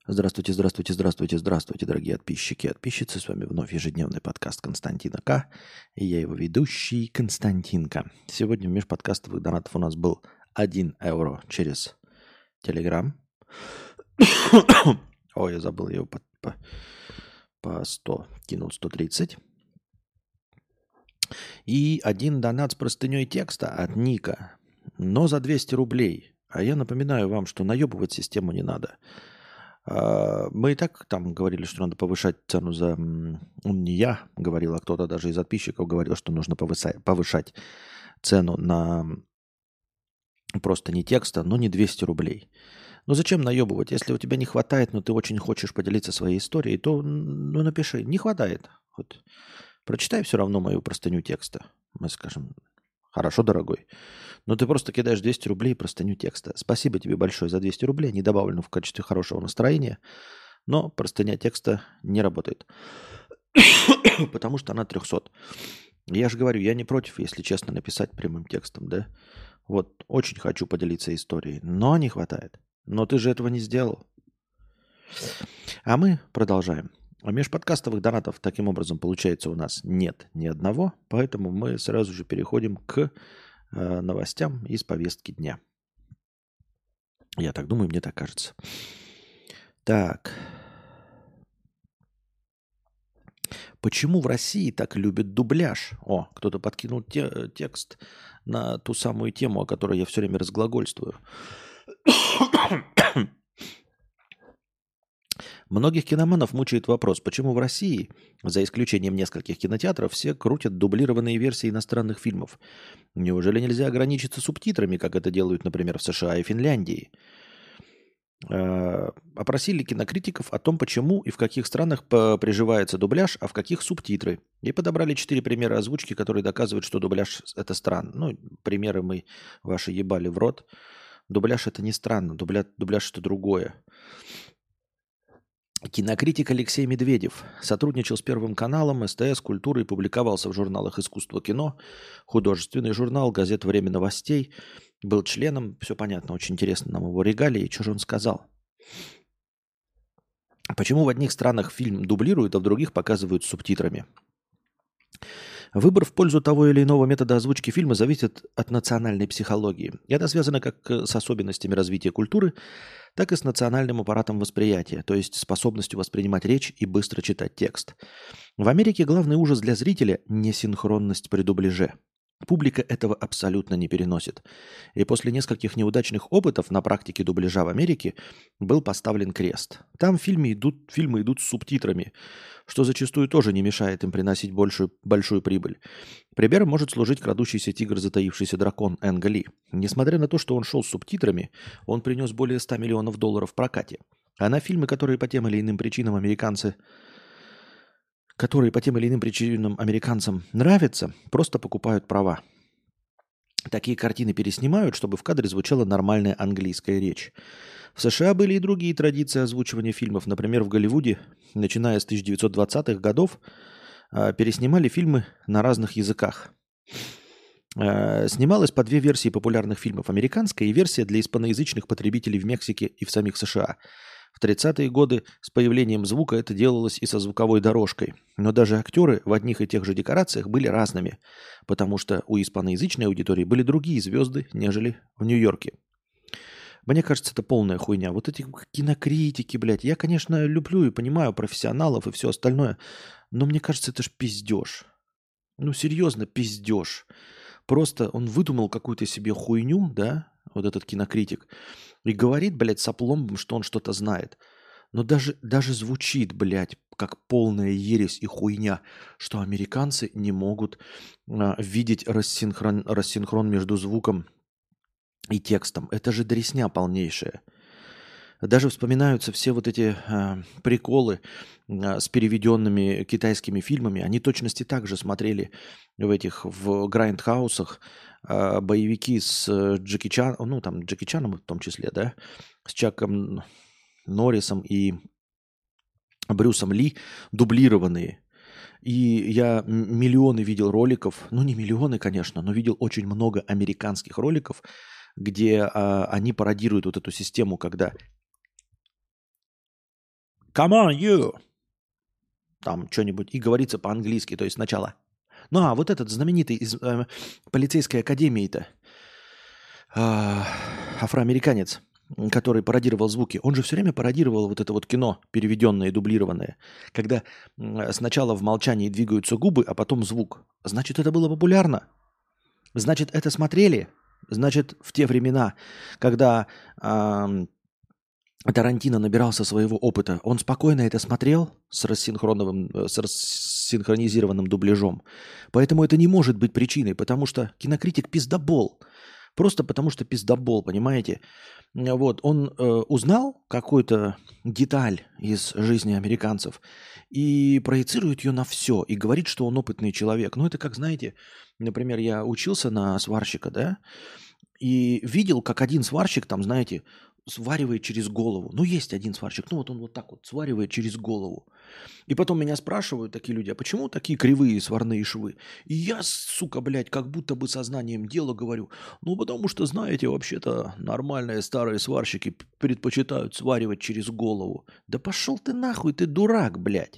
Здравствуйте, здравствуйте, здравствуйте, здравствуйте, дорогие подписчики и подписчицы. С вами вновь ежедневный подкаст Константина К. И я его ведущий Константинка. Сегодня в межподкастовых донатов у нас был 1 евро через Телеграм. Ой, я забыл, я его по 100 кинул, 130. И один донат с простыней текста от Ника, но за 200 рублей. А я напоминаю вам, что наебывать систему не надо. Мы и так там говорили, что надо повышать цену за... Не я говорил, а кто-то даже из подписчиков говорил, что нужно повышать цену на просто не текста, но не 200 рублей. Но зачем наебывать? Если у тебя не хватает, но ты очень хочешь поделиться своей историей, то напиши. Не хватает. Вот. Прочитай все равно мою простыню текста. Мы скажем, хорошо, дорогой. Но ты просто кидаешь 200 рублей и простыню текста. Спасибо тебе большое за 200 рублей. Не добавлено в качестве хорошего настроения. Но простыня текста не работает. Потому что она 300. Я же говорю, я не против, если честно, написать прямым текстом, да? Вот, очень хочу поделиться историей, но не хватает. Но ты же этого не сделал. А мы продолжаем. А межподкастовых донатов таким образом, получается, у нас нет ни одного, поэтому мы сразу же переходим к новостям из повестки дня. Я так думаю, мне так кажется. Так. Почему в России так любят дубляж? О, кто-то подкинул текст на ту самую тему, о которой я все время разглагольствую. Многих киноманов мучает вопрос, почему в России, за исключением нескольких кинотеатров, все крутят дублированные версии иностранных фильмов. Неужели нельзя ограничиться субтитрами, как это делают, например, в США и Финляндии? Опросили кинокритиков о том, почему и в каких странах приживается дубляж, а в каких субтитры. И подобрали 4 примера озвучки, которые доказывают, что дубляж – это странно. Ну, примеры мы ваши ебали в рот. Дубляж – это не странно, дубляж – это другое. Кинокритик Алексей Медведев сотрудничал с Первым каналом, СТС, Культурой и публиковался в журналах «Искусство кино», художественный журнал, газета «Время новостей». Был членом, все понятно, очень интересно нам его регалии. Что же он сказал? Почему в одних странах фильм дублируют, а в других показывают с субтитрами? Выбор в пользу того или иного метода озвучки фильма зависит от национальной психологии. Это связано как с особенностями развития культуры, так и с национальным аппаратом восприятия, то есть способностью воспринимать речь и быстро читать текст. В Америке главный ужас для зрителя – несинхронность при дубляже. Публика этого абсолютно не переносит. И после нескольких неудачных опытов на практике дубляжа в Америке был поставлен крест. Там фильмы идут с субтитрами, что зачастую тоже не мешает им приносить большую прибыль. Примером может служить «Крадущийся тигр, затаившийся дракон» Энга Ли. Несмотря на то, что он шел с субтитрами, он принес более $100 миллионов в прокате. А на фильмы, которые по тем или иным причинам американцам нравятся, просто покупают права. Такие картины переснимают, чтобы в кадре звучала нормальная английская речь. В США были и другие традиции озвучивания фильмов. Например, в Голливуде, начиная с 1920-х годов, переснимали фильмы на разных языках. Снималось по 2 версии популярных фильмов. Американская и версия для испаноязычных потребителей в Мексике и в самих США. В 30-е годы с появлением звука это делалось и со звуковой дорожкой. Но даже актеры в одних и тех же декорациях были разными, потому что у испаноязычной аудитории были другие звезды, нежели в Нью-Йорке. Мне кажется, это полная хуйня. Вот эти кинокритики, блядь. Я, конечно, люблю и понимаю профессионалов и все остальное, но мне кажется, это ж пиздеж. Ну, серьезно, пиздеж. Просто он выдумал какую-то себе хуйню, да, вот этот кинокритик, и говорит, блядь, с опломбом, что он что-то знает. Но даже звучит, блядь, как полная ересь и хуйня, что американцы не могут видеть рассинхрон между звуком и текстом. Это же дресня полнейшая. Даже вспоминаются все вот эти приколы с переведенными китайскими фильмами. Они точности так же смотрели в грайндхаусах боевики с Джеки Чаном, ну там Джеки Чаном в том числе, да, с Чаком Норрисом и Брюсом Ли, дублированные. И я миллионы видел роликов, ну не миллионы, конечно, но видел очень много американских роликов, где они пародируют вот эту систему, когда come on, you, там что-нибудь, и говорится по-английски, то есть сначала. Ну, а вот этот знаменитый из полицейской академии-то, афроамериканец, который пародировал звуки, он же все время пародировал вот это вот кино, переведенное и дублированное, когда сначала в молчании двигаются губы, а потом звук. Значит, это было популярно. Значит, это смотрели. Значит, в те времена, когда Тарантино набирался своего опыта, он спокойно это смотрел с рассинхронизированным дубляжом. Поэтому это не может быть причиной, потому что кинокритик пиздобол. Просто потому что пиздобол, понимаете? Вот, он узнал какую-то деталь из жизни американцев и проецирует ее на все, и говорит, что он опытный человек. Ну, это как, знаете, например, я учился на сварщика, да, и видел, как один сварщик там, знаете, сваривает через голову. Ну, есть один сварщик, ну вот он вот так вот сваривает через голову. И потом меня спрашивают такие люди, а почему такие кривые сварные швы? И я, сука, блядь, как будто бы сознанием дела говорю, ну, потому что, знаете, вообще-то нормальные старые сварщики предпочитают сваривать через голову. Да пошел ты нахуй, ты дурак, блядь.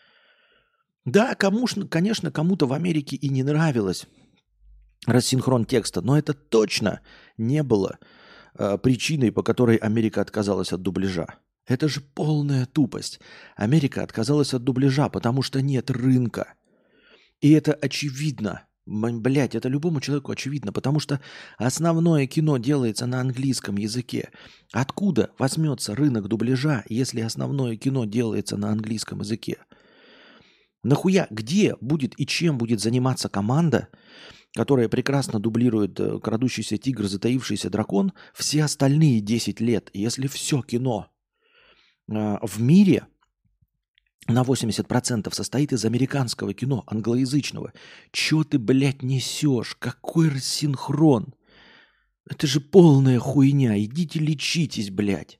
Да, конечно, кому-то в Америке и не нравилось рассинхрон текста, но это точно не было причиной, по которой Америка отказалась от дубляжа. Это же полная тупость. Америка отказалась от дубляжа, потому что нет рынка. И это очевидно. Блять, это любому человеку очевидно, потому что основное кино делается на английском языке. Откуда возьмется рынок дубляжа, если основное кино делается на английском языке? Нахуя, где будет и чем будет заниматься команда, которая прекрасно дублирует «Крадущийся тигр», «Затаившийся дракон» все остальные 10 лет, если все кино в мире на 80% состоит из американского кино, англоязычного. Чё ты, блядь, несешь? Какой рассинхрон? Это же полная хуйня. Идите лечитесь, блядь.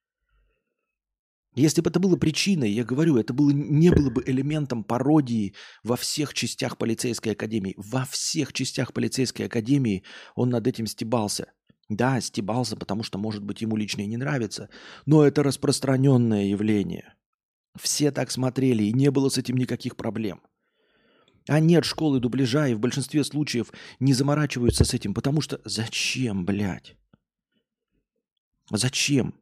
Если бы это было причиной, я говорю, это было, не было бы элементом пародии во всех частях полицейской академии. Во всех частях полицейской академии он над этим стебался. Да, стебался, потому что, может быть, ему лично и не нравится. Но это распространенное явление. Все так смотрели, и не было с этим никаких проблем. А нет школы дубляжа, и в большинстве случаев не заморачиваются с этим, потому что зачем, блядь? Зачем?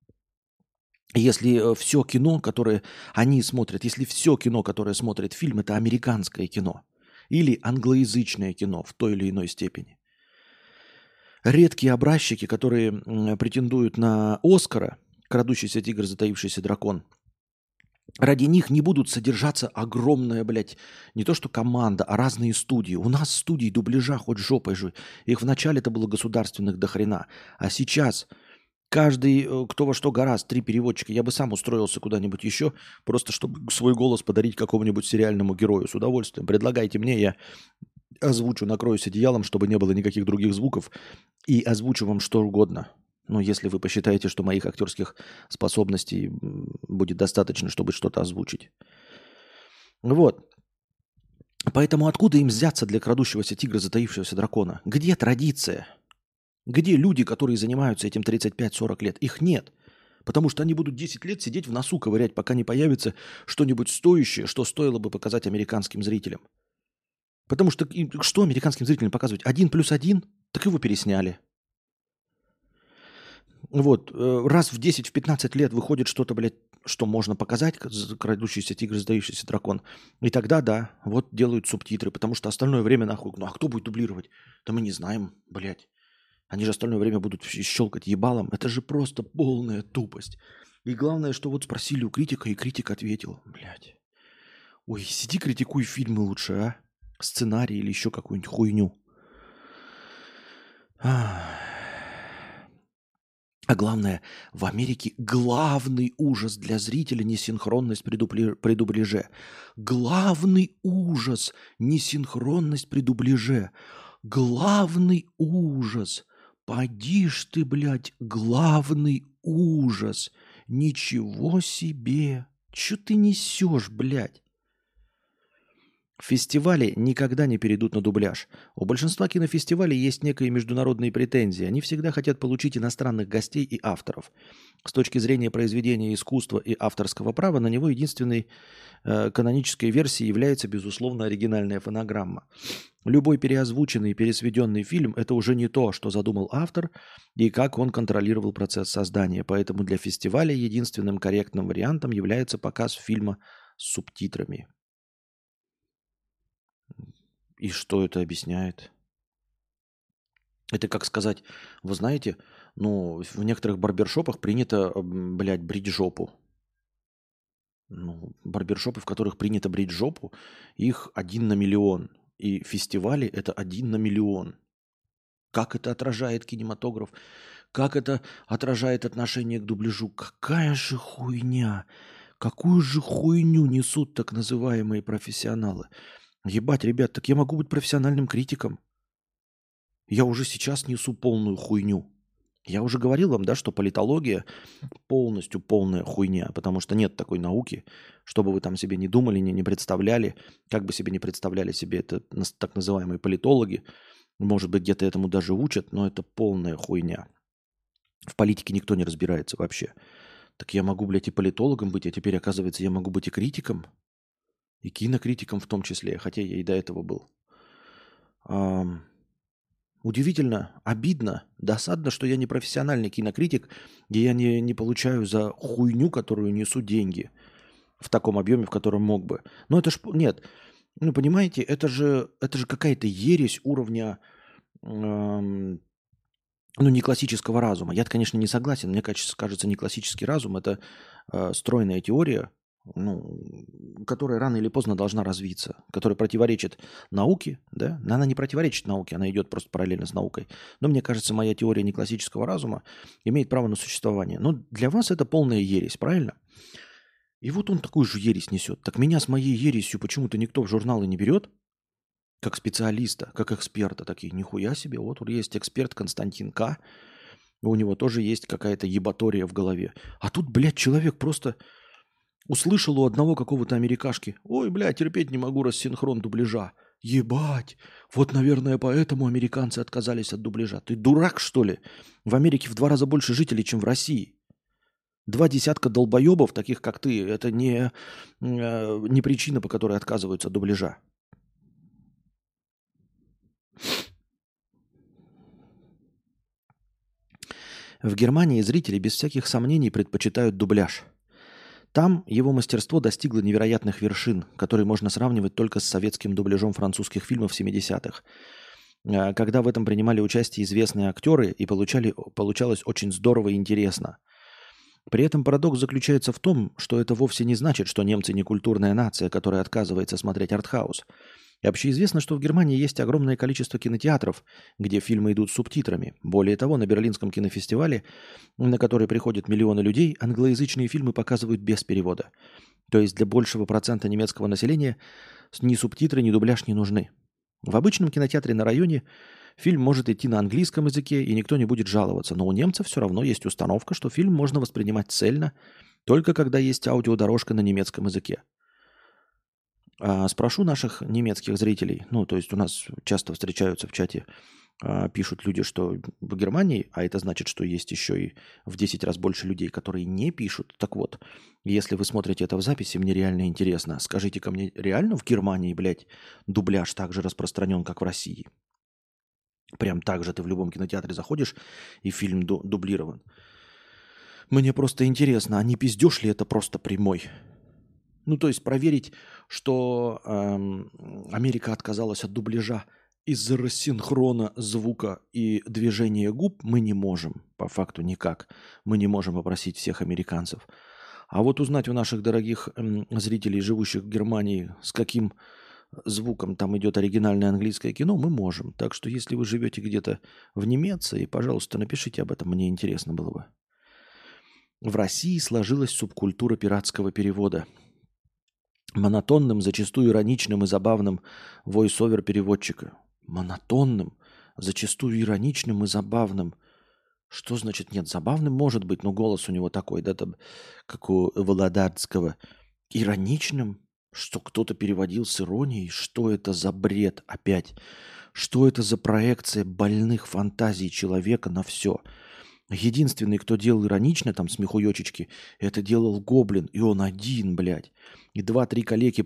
Если все кино, которое они смотрят, если все кино, которое смотрит фильм, это американское кино или англоязычное кино в той или иной степени. Редкие образчики, которые претендуют на Оскара, «Крадущийся тигр, затаившийся дракон», ради них не будут содержаться огромная, блядь, не то что команда, а разные студии. У нас студий дубляжа хоть жопой жуй. Их вначале это было государственных до хрена. А сейчас каждый, кто во что гораст, 3 переводчика. Я бы сам устроился куда-нибудь еще, просто чтобы свой голос подарить какому-нибудь сериальному герою. С удовольствием. Предлагайте мне, я озвучу, накроюсь одеялом, чтобы не было никаких других звуков, и озвучу вам что угодно. Ну, если вы посчитаете, что моих актерских способностей будет достаточно, чтобы что-то озвучить. Вот. Поэтому откуда им взяться для крадущегося тигра, затаившегося дракона? Где традиция? Где люди, которые занимаются этим 35-40 лет? Их нет. Потому что они будут 10 лет сидеть в носу ковырять, пока не появится что-нибудь стоящее, что стоило бы показать американским зрителям. Потому что что американским зрителям показывать? 1+1? Так его пересняли. Вот, раз в 10, в 15 лет выходит что-то, блядь, что можно показать, крадущийся тигр, сдающийся дракон. И тогда, да, вот делают субтитры, потому что остальное время нахуй, ну а кто будет дублировать? Да мы не знаем, блядь. Они же остальное время будут щелкать ебалом. Это же просто полная тупость. И главное, что вот спросили у критика, и критик ответил, блядь. Ой, сиди критикуй фильмы лучше, а? Сценарий или еще какую-нибудь хуйню. А главное, в Америке главный ужас для зрителя – несинхронность при дубляже. Главный ужас – несинхронность при дубляже. Главный ужас. Поди ж ты, блядь, главный ужас. Ничего себе. Чё ты несешь, блядь? Фестивали никогда не перейдут на дубляж. У большинства кинофестивалей есть некие международные претензии. Они всегда хотят получить иностранных гостей и авторов. С точки зрения произведения искусства и авторского права, на него единственной канонической версией является, безусловно, оригинальная фонограмма. Любой переозвученный и пересведенный фильм – это уже не то, что задумал автор и как он контролировал процесс создания. Поэтому для фестиваля единственным корректным вариантом является показ фильма с субтитрами. И что это объясняет? Это как сказать, вы знаете, ну, в некоторых барбершопах принято, блядь, брить жопу. Ну, барбершопы, в которых принято брить жопу, их 1 на 1 000 000. И фестивали это 1 на 1 000 000. Как это отражает кинематограф? Как это отражает отношение к дубляжу? Какая же хуйня? Какую же хуйню несут так называемые профессионалы? Ебать, ребят, так я могу быть профессиональным критиком. Я уже сейчас несу полную хуйню. Я уже говорил вам, да, что политология полностью полная хуйня, потому что нет такой науки, чтобы вы там себе не думали, не представляли, как бы себе не представляли себе это так называемые политологи. Может быть, где-то этому даже учат, но это полная хуйня. В политике никто не разбирается вообще. Так я могу, блядь, и политологом быть, а теперь, оказывается, я могу быть и критиком, и кинокритиком в том числе, хотя я и до этого был. Удивительно, обидно, досадно, что я не профессиональный кинокритик, и я не получаю за хуйню, которую несу деньги в таком объеме, в котором мог бы. Но это ж... Нет, ну понимаете, это же какая-то ересь уровня, ну не классического разума. Я-то, конечно, не согласен. Мне кажется, не классический разум – это стройная теория, ну, которая рано или поздно должна развиться, которая противоречит науке, да? Но она не противоречит науке, она идет просто параллельно с наукой. Но мне кажется, моя теория неклассического разума имеет право на существование. Но для вас это полная ересь, правильно? И вот он такую же ересь несет. Так меня с моей ересью почему-то никто в журналы не берет, как специалиста, как эксперта. Такие, нихуя себе, вот есть эксперт Константин К., у него тоже есть какая-то ебатория в голове. А тут, блядь, человек просто... Услышал у одного какого-то америкашки: ой, бля, терпеть не могу рассинхрон дубляжа. Ебать, вот, наверное, поэтому американцы отказались от дубляжа. Ты дурак, что ли? В Америке в 2 раза больше жителей, чем в России. 20 долбоебов, таких как ты, это не причина, по которой отказываются от дубляжа. В Германии зрители без всяких сомнений предпочитают дубляж. Там его мастерство достигло невероятных вершин, которые можно сравнивать только с советским дубляжом французских фильмов 70-х, когда в этом принимали участие известные актеры и получалось очень здорово и интересно. При этом парадокс заключается в том, что это вовсе не значит, что немцы не культурная нация, которая отказывается смотреть артхаус. И общеизвестно, что в Германии есть огромное количество кинотеатров, где фильмы идут с субтитрами. Более того, на Берлинском кинофестивале, на который приходят миллионы людей, англоязычные фильмы показывают без перевода. То есть для большего процента немецкого населения ни субтитры, ни дубляж не нужны. В обычном кинотеатре на районе фильм может идти на английском языке, и никто не будет жаловаться. Но у немцев все равно есть установка, что фильм можно воспринимать цельно, только когда есть аудиодорожка на немецком языке. Спрошу наших немецких зрителей, ну, то есть у нас часто встречаются в чате, пишут люди, что в Германии, а это значит, что есть еще и в 10 раз больше людей, которые не пишут. Так вот, если вы смотрите это в записи, мне реально интересно. Скажите-ка мне, реально в Германии, блядь, дубляж так же распространен, как в России? Прям так же ты в любом кинотеатре заходишь, и фильм дублирован. Мне просто интересно, а не пиздеж ли это просто прямой? Ну, то есть проверить, что Америка отказалась от дубляжа из-за рассинхрона звука и движения губ, мы не можем. По факту никак. Мы не можем попросить всех американцев. А вот узнать у наших дорогих зрителей, живущих в Германии, с каким звуком там идет оригинальное английское кино, мы можем. Так что если вы живете где-то в Немеции, пожалуйста, напишите об этом, мне интересно было бы. В России сложилась субкультура пиратского перевода. Монотонным, зачастую ироничным и забавным войс-овер переводчика. Монотонным, зачастую ироничным и забавным. Что значит нет? Забавным может быть, но голос у него такой, да, там, как у Володарского. Ироничным? Что кто-то переводил с иронией? Что это за бред опять? Что это за проекция больных фантазий человека на все? Единственный, кто делал иронично, там, смехуёчечки, это делал Гоблин, и он один, блядь. И 2-3 коллеги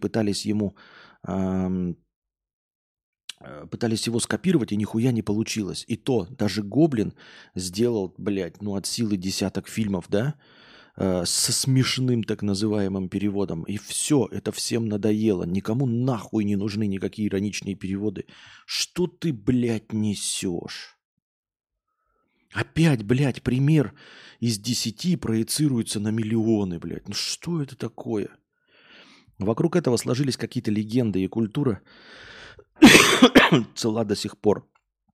пытались его скопировать, и нихуя не получилось. И то, даже Гоблин сделал, блядь, ну, от силы десяток фильмов, да, со смешным так называемым переводом. И все, это всем надоело. Никому нахуй не нужны никакие ироничные переводы. Что ты, блядь, несешь? Опять, блядь, пример из 10 проецируется на миллионы, блядь. Ну что это такое? Вокруг этого сложились какие-то легенды, и культура цела до сих пор.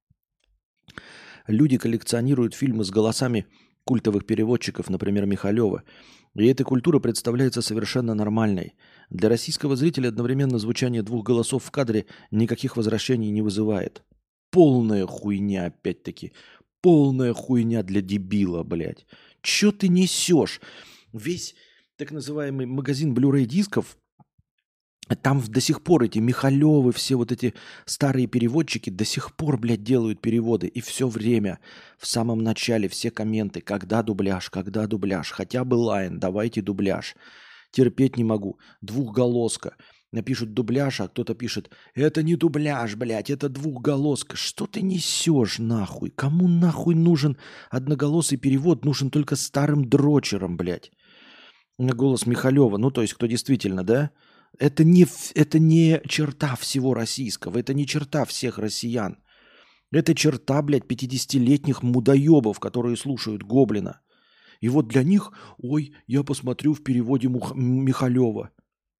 Люди коллекционируют фильмы с голосами культовых переводчиков, например, Михалева. И эта культура представляется совершенно нормальной. Для российского зрителя одновременно звучание двух голосов в кадре никаких возвращений не вызывает. Полная хуйня, опять-таки. Полная хуйня для дебила, блядь. Чё ты несешь? Весь так называемый магазин Blu-ray дисков, там до сих пор эти Михалевы, все вот эти старые переводчики до сих пор, блядь, делают переводы. И все время, в самом начале, все комменты, когда дубляж, хотя бы лайн, давайте дубляж. Терпеть не могу. Двухголоска. Напишут дубляж, а кто-то пишет, это не дубляж, блядь, это двухголоска. Что ты несешь нахуй? Кому нахуй нужен одноголосый перевод? Нужен только старым дрочерам, блядь. На голос Михалева, ну то есть кто действительно, да? Это не черта всего российского, это не черта всех россиян. Это черта, блядь, 50-летних мудоебов, которые слушают Гоблина. И вот для них, ой, я посмотрю в переводе Михалева.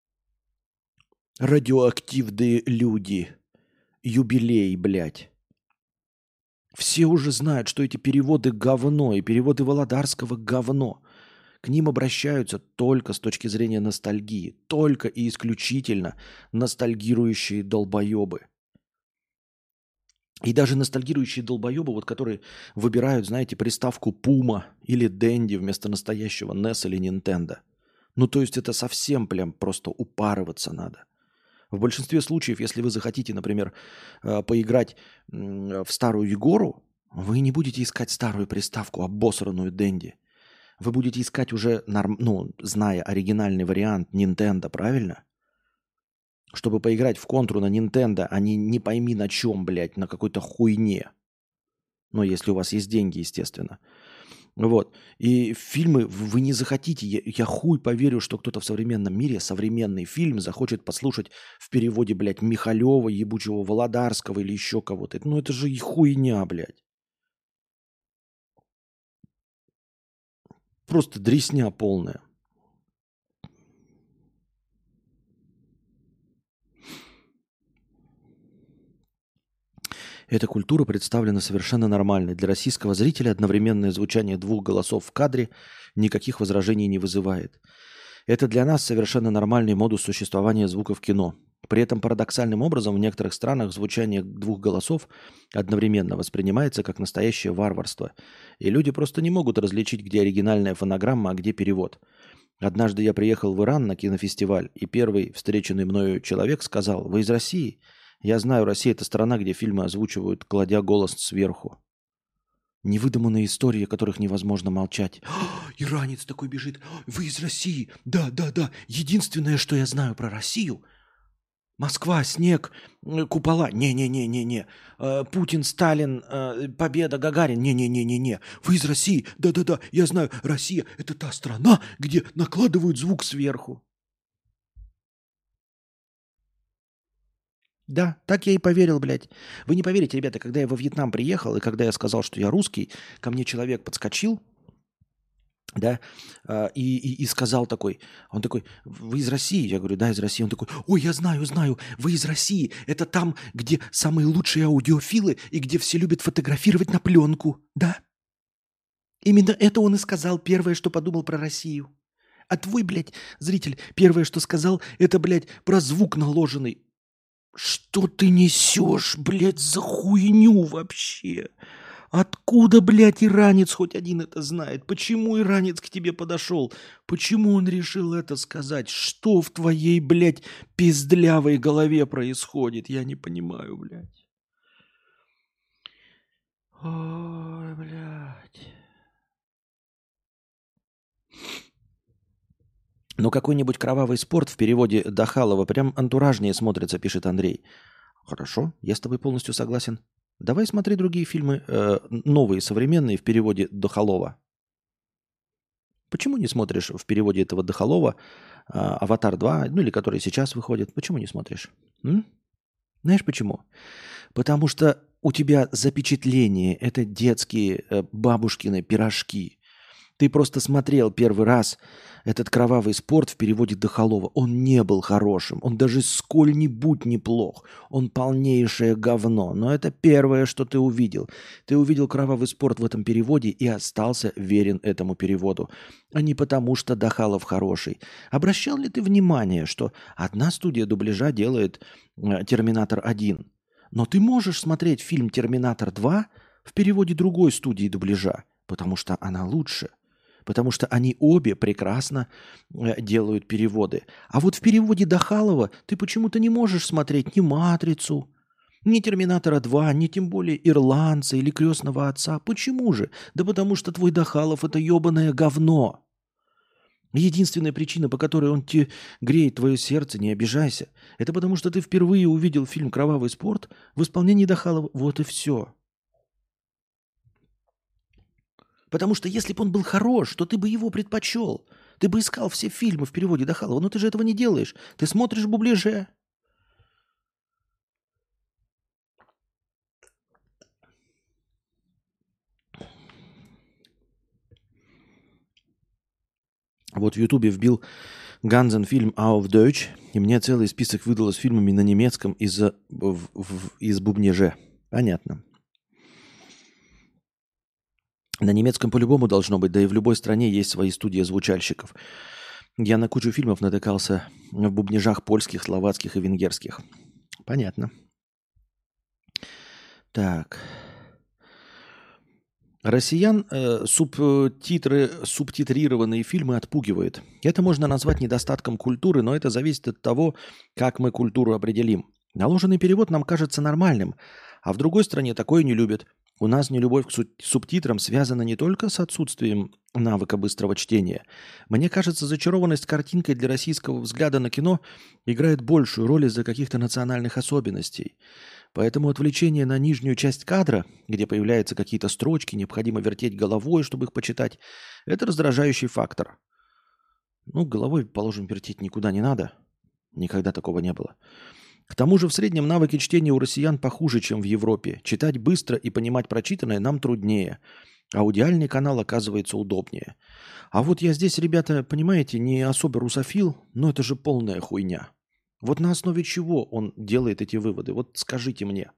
Радиоактивные люди. Юбилей, блядь. Все уже знают, что эти переводы говно, и переводы Володарского говно. К ним обращаются только с точки зрения ностальгии. Только и исключительно ностальгирующие долбоебы. И даже ностальгирующие долбоебы, вот, которые выбирают, знаете, приставку Puma или Dendy вместо настоящего NES или Nintendo. Ну, то есть это совсем прям просто упарываться надо. В большинстве случаев, если вы захотите, например, поиграть в старую Егору, вы не будете искать старую приставку, обосранную Dendy. Вы будете искать уже, зная оригинальный вариант Nintendo, правильно? Чтобы поиграть в контру на Nintendo, а не пойми на чем, блядь, на какой-то хуйне. Ну, если у вас есть деньги, естественно. Вот. И фильмы вы не захотите. Я хуй поверю, что кто-то в современном мире современный фильм захочет послушать в переводе, блядь, Михалева, ебучего Володарского или еще кого-то. Ну, это же и хуйня, блядь. Просто дресня полная. Эта культура представлена совершенно нормальной. Для российского зрителя одновременное звучание двух голосов в кадре никаких возражений не вызывает. Это для нас совершенно нормальный модус существования звука в кино. При этом парадоксальным образом в некоторых странах звучание двух голосов одновременно воспринимается как настоящее варварство. И люди просто не могут различить, где оригинальная фонограмма, а где перевод. Однажды я приехал в Иран на кинофестиваль, и первый встреченный мною человек сказал: «Вы из России?» Я знаю, Россия – это страна, где фильмы озвучивают, кладя голос сверху. Невыдуманные истории, о которых невозможно молчать. Иранец такой бежит. Вы из России? Да, да, да. Единственное, что я знаю про Россию – Москва, снег, купола. Не-не-не-не-не. Путин, Сталин, Победа, Гагарин. Не-не-не-не-не. Вы из России? Да-да-да. Я знаю, Россия – это та страна, где накладывают звук сверху. Да, так я и поверил, блядь. Вы не поверите, ребята, когда я во Вьетнам приехал, и когда я сказал, что я русский, ко мне человек подскочил, да, и сказал такой, он такой: вы из России? Я говорю: да, из России. Он такой: ой, я знаю, вы из России. Это там, где самые лучшие аудиофилы и где все любят фотографировать на пленку, да? Именно это он и сказал, первое, что подумал про Россию. А твой, блядь, зритель, первое, что сказал, это, блядь, про звук наложенный. Что ты несешь, блядь, за хуйню вообще? Откуда, блядь, иранец хоть один это знает? Почему иранец к тебе подошел? Почему он решил это сказать? Что в твоей, блядь, пиздлявой голове происходит? Я не понимаю, блядь. Ой, блядь. Ну, какой-нибудь кровавый спорт в переводе Дахалова прям антуражнее смотрится, пишет Андрей. Хорошо, я с тобой полностью согласен. Давай смотри другие фильмы, новые, современные, в переводе Дахалова. Почему не смотришь в переводе этого Дахалова «Аватар 2», ну или который сейчас выходит? Почему не смотришь? Знаешь почему? Потому что у тебя запечатление – это детские бабушкины пирожки. Ты просто смотрел первый раз этот кровавый спорт в переводе Дахалова. Он не был хорошим. Он даже сколь-нибудь неплох. Он полнейшее говно. Но это первое, что ты увидел. Ты увидел кровавый спорт в этом переводе и остался верен этому переводу. А не потому, что Дахалов хороший. Обращал ли ты внимание, что одна студия дубляжа делает «Терминатор 1», но ты можешь смотреть фильм «Терминатор 2» в переводе другой студии дубляжа, потому что она лучше. Потому что они обе прекрасно делают переводы. А вот в переводе Дахалова ты почему-то не можешь смотреть ни «Матрицу», ни «Терминатора 2», ни тем более «Ирландца» или «Крестного отца». Почему же? Да потому что твой Дахалов – это ебаное говно. Единственная причина, по которой он тебе греет твое сердце, не обижайся, это потому что ты впервые увидел фильм «Кровавый спорт» в исполнении Дахалова. Вот и все. Потому что если бы он был хорош, то ты бы его предпочел. Ты бы искал все фильмы в переводе Дахалова, но ты же этого не делаешь. Ты смотришь в бубляже. Вот в Ютубе вбил Ганзен фильм «Auf Deutsch», и мне целый список выдало с фильмами на немецком из бубнеже. Понятно. На немецком по-любому должно быть, да и в любой стране есть свои студии звучальщиков. Я на кучу фильмов натыкался в бубнежах польских, словацких и венгерских. Понятно. Так. Россиян субтитрированные фильмы отпугивают. Это можно назвать недостатком культуры, но это зависит от того, как мы культуру определим. Наложенный перевод нам кажется нормальным, а в другой стране такое не любят. У нас нелюбовь к субтитрам связана не только с отсутствием навыка быстрого чтения. Мне кажется, зачарованность картинкой для российского взгляда на кино играет большую роль из-за каких-то национальных особенностей. Поэтому отвлечение на нижнюю часть кадра, где появляются какие-то строчки, необходимо вертеть головой, чтобы их почитать, это раздражающий фактор. Ну, головой, положим, вертеть никуда не надо. Никогда такого не было. К тому же в среднем навыки чтения у россиян похуже, чем в Европе. Читать быстро и понимать прочитанное нам труднее. Аудиальный канал оказывается удобнее. А вот я здесь, ребята, понимаете, не особо русофил, но это же полная хуйня. Вот на основе чего он делает эти выводы? Вот скажите мне.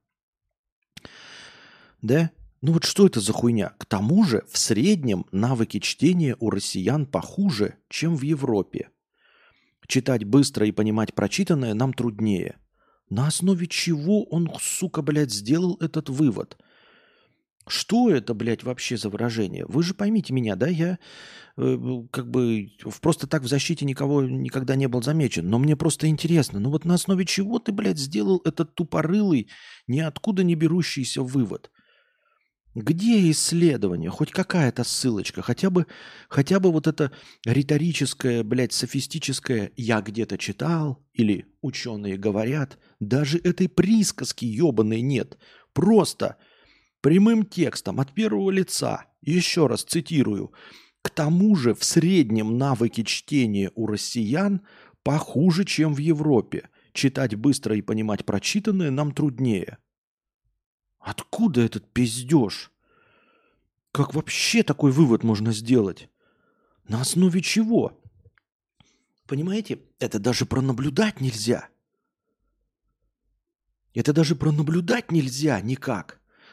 Да? Ну вот что это за хуйня? К тому же в среднем навыки чтения у россиян похуже, чем в Европе. Читать быстро и понимать прочитанное нам труднее. На основе чего он, сука, блядь, сделал этот вывод? Что это, блядь, вообще за выражение? Вы же поймите меня, да, я как бы просто так в защите никого никогда не был замечен, но мне просто интересно, ну вот на основе чего ты, блядь, сделал этот тупорылый, ниоткуда не берущийся вывод? Где исследование? Хоть какая-то ссылочка, хотя бы вот это риторическое, блядь, софистическое «я где-то читал» или «ученые говорят», даже этой присказки ебаной нет. Просто прямым текстом от первого лица, еще раз цитирую, к тому же в среднем навыки чтения у россиян похуже, чем в Европе. Читать быстро и понимать прочитанное нам труднее. Откуда этот пиздеж? Как вообще такой вывод можно сделать? На основе чего? Понимаете, это даже пронаблюдать нельзя. Это даже пронаблюдать нельзя никак.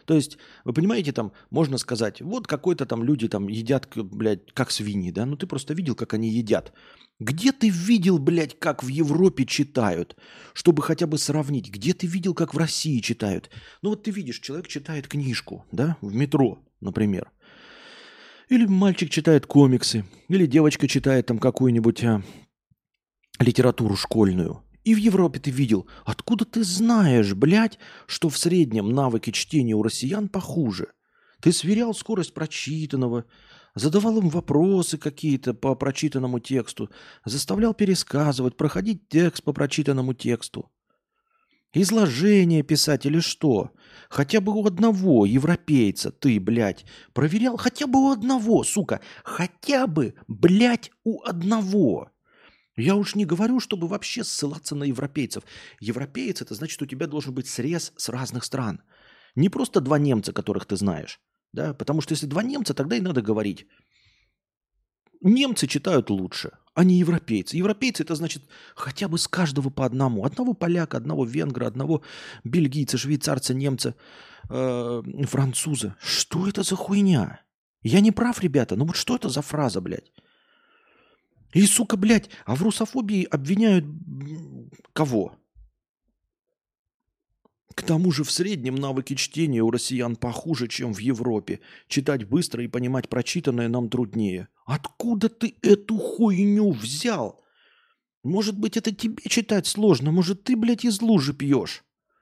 То есть, вы понимаете, там можно сказать, вот какой-то там люди там едят, блядь, как свиньи, да? Ну ты просто видел, как они едят. Где ты видел, блядь, как в Европе читают, чтобы хотя бы сравнить? Где ты видел, как в России читают? Ну вот ты видишь, человек читает книжку, да, в метро, например. Или мальчик читает комиксы, или девочка читает там какую-нибудь литературу школьную. И в Европе ты видел. Откуда ты знаешь, блядь, что в среднем навыки чтения у россиян похуже? Ты сверял скорость прочитанного, задавал им вопросы какие-то по прочитанному тексту, заставлял пересказывать, проходить текст по прочитанному тексту. Изложение писать или что? Хотя бы у одного европейца ты, блядь, проверял? Хотя бы у одного, сука. Хотя бы, блядь, у одного. Я уж не говорю, чтобы вообще ссылаться на европейцев. Европеец – это значит, у тебя должен быть срез с разных стран. Не просто два немца, которых ты знаешь. Да? Потому что если два немца, тогда и надо говорить. Немцы читают лучше, а не европейцы. Европейцы – это значит хотя бы с каждого по одному. Одного поляка, одного венгра, одного бельгийца, швейцарца, немца, француза. Что это за хуйня? Я не прав, ребята? Ну вот что это за фраза, блядь? И, сука, блядь, а в русофобии обвиняют кого? К тому же в среднем навыки чтения у россиян похуже, чем в Европе. Читать быстро и понимать прочитанное нам труднее. Откуда ты эту хуйню взял? Может быть, это тебе читать сложно? Может, ты, блядь, из лужи пьешь?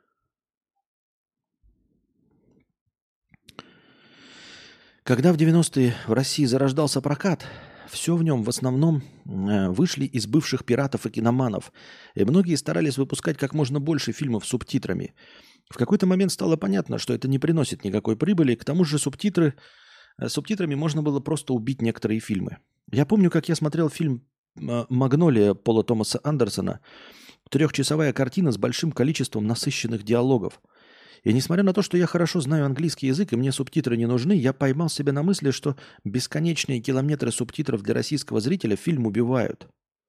Когда в 90-е в России зарождался прокат, все в нем в основном вышли из бывших пиратов и киноманов, и многие старались выпускать как можно больше фильмов с субтитрами. В какой-то момент стало понятно, что это не приносит никакой прибыли, к тому же субтитрами можно было просто убить некоторые фильмы. Я помню, как я смотрел фильм «Магнолия» Пола Томаса Андерсона, трехчасовая картина с большим количеством насыщенных диалогов. И несмотря на то, что я хорошо знаю английский язык и мне субтитры не нужны, я поймал себя на мысли, что бесконечные километры субтитров для российского зрителя фильм убивают.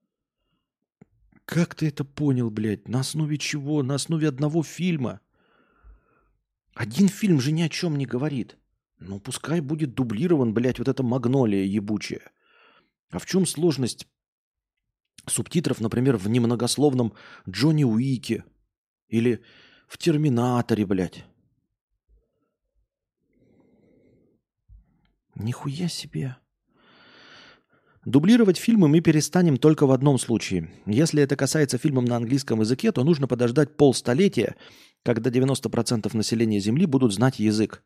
Как ты это понял, блядь? На основе чего? На основе одного фильма? Один фильм же ни о чем не говорит. Ну, пускай будет дублирован, блядь, вот эта магнолия ебучая. А в чем сложность субтитров, например, в немногословном Джонни Уике или в Терминаторе, блядь? Нихуя себе. Дублировать фильмы мы перестанем только в одном случае. Если это касается фильмов на английском языке, то нужно подождать полстолетия, когда 90% населения Земли будут знать язык.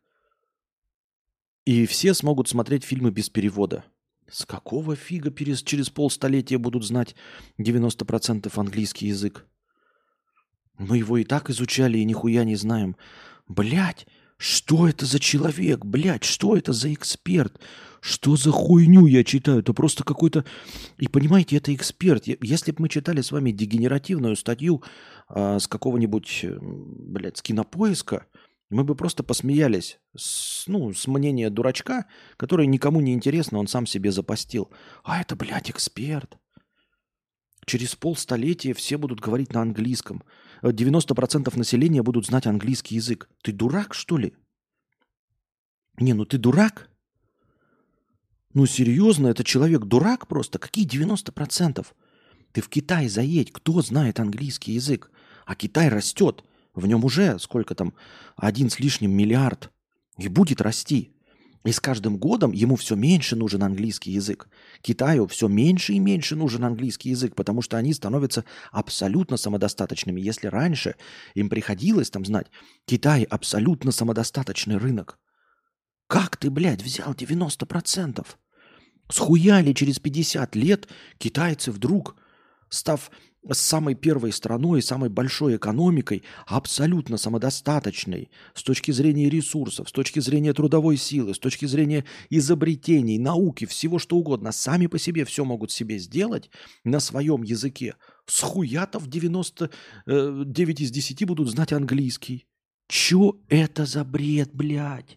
И все смогут смотреть фильмы без перевода. С какого фига через полстолетия будут знать 90% английский язык? Мы его и так изучали и нихуя не знаем. Блядь, что это за человек? Блядь, что это за эксперт? Что за хуйню я читаю? Это просто какой-то... И понимаете, это эксперт. Если бы мы читали с вами дегенеративную статью с какого-нибудь, блядь, с Кинопоиска, мы бы просто посмеялись с мнения дурачка, который никому не интересно, он сам себе запостил. А это, блядь, эксперт. Через полстолетия все будут говорить на английском. 90% населения будут знать английский язык. Ты дурак, что ли? Не, ну ты дурак? Ну серьезно, это человек дурак просто? Какие 90%? Ты в Китай заедь, кто знает английский язык? А Китай растет. В нем уже сколько там, 1 с лишним миллиард. И будет расти. И с каждым годом ему все меньше нужен английский язык. Китаю все меньше и меньше нужен английский язык, потому что они становятся абсолютно самодостаточными. Если раньше им приходилось там знать, Китай абсолютно самодостаточный рынок. Как ты, блядь, взял 90%? Схуяли через 50 лет китайцы вдруг, став самой первой страной, самой большой экономикой, абсолютно самодостаточной с точки зрения ресурсов, с точки зрения трудовой силы, с точки зрения изобретений, науки, всего что угодно. Сами по себе все могут себе сделать на своем языке. Схуя-то в 99 из 10 будут знать английский. Чё это за бред, блядь?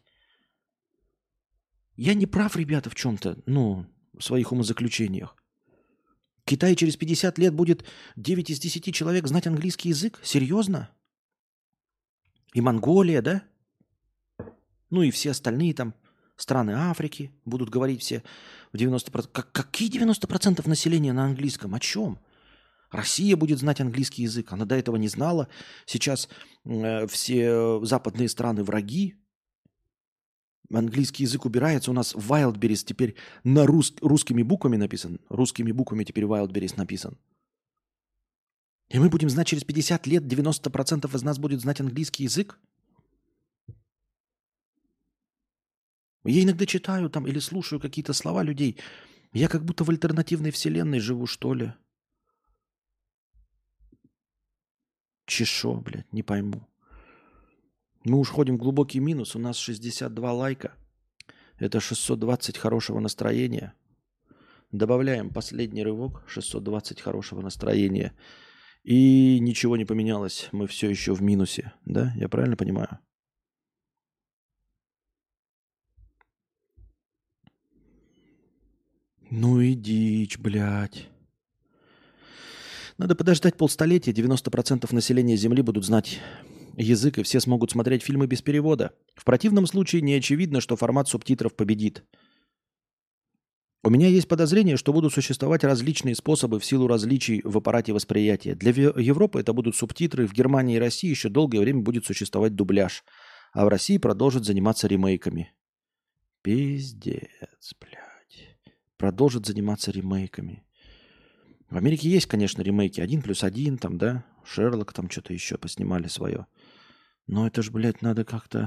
Я не прав, ребята, в чем-то, в своих умозаключениях. Китай через 50 лет будет 9 из 10 человек знать английский язык? Серьезно? И Монголия, да? Ну и все остальные там страны Африки будут говорить все в 90%. Какие 90% населения на английском? О чем? Россия будет знать английский язык. Она до этого не знала. Сейчас все западные страны враги. Английский язык убирается. У нас Wildberries теперь на русскими буквами написан. Русскими буквами теперь Wildberries написан. И мы будем знать через 50 лет 90% из нас будет знать английский язык? Я иногда читаю там или слушаю какие-то слова людей. Я как будто в альтернативной вселенной живу, что ли. Чешо, блядь, не пойму. Мы уж ходим в глубокий минус. У нас 62 лайка. Это 620 хорошего настроения. Добавляем последний рывок. 620 хорошего настроения. И ничего не поменялось. Мы все еще в минусе. Да? Я правильно понимаю? Ну и дичь, блядь. Надо подождать полстолетия. 90% населения Земли будут знать язык, и все смогут смотреть фильмы без перевода. В противном случае не очевидно, что формат субтитров победит. У меня есть подозрение, что будут существовать различные способы в силу различий в аппарате восприятия. Для Европы это будут субтитры, в Германии и России еще долгое время будет существовать дубляж, а в России продолжат заниматься ремейками. Пиздец, блядь. Продолжат заниматься ремейками. В Америке есть, конечно, ремейки. 1+1, там, да? Шерлок там что-то еще поснимали свое. Но это ж, блядь, надо как-то...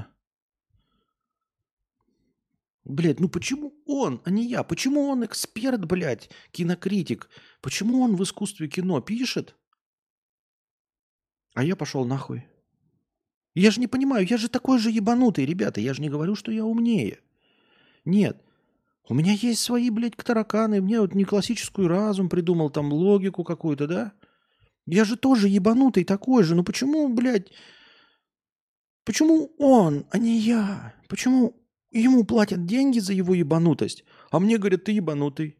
Блядь, ну почему он, а не я? Почему он эксперт, блядь, кинокритик? Почему он в искусстве кино пишет? А я пошел нахуй. Я же не понимаю, я же такой же ебанутый, ребята. Я же не говорю, что я умнее. Нет. У меня есть свои, блядь, тараканы. Мне вот не классическую разум придумал, там логику какую-то, да? Я же тоже ебанутый такой же. Ну почему, блядь, почему он, а не я? Почему ему платят деньги за его ебанутость, а мне говорят, ты ебанутый?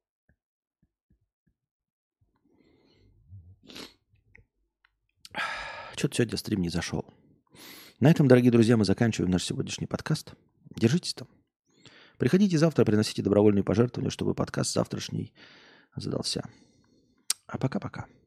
Что-то сегодня стрим не зашел. На этом, дорогие друзья, мы заканчиваем наш сегодняшний подкаст. Держитесь там. Приходите завтра, приносите добровольные пожертвования, чтобы подкаст завтрашний задался. А пока-пока.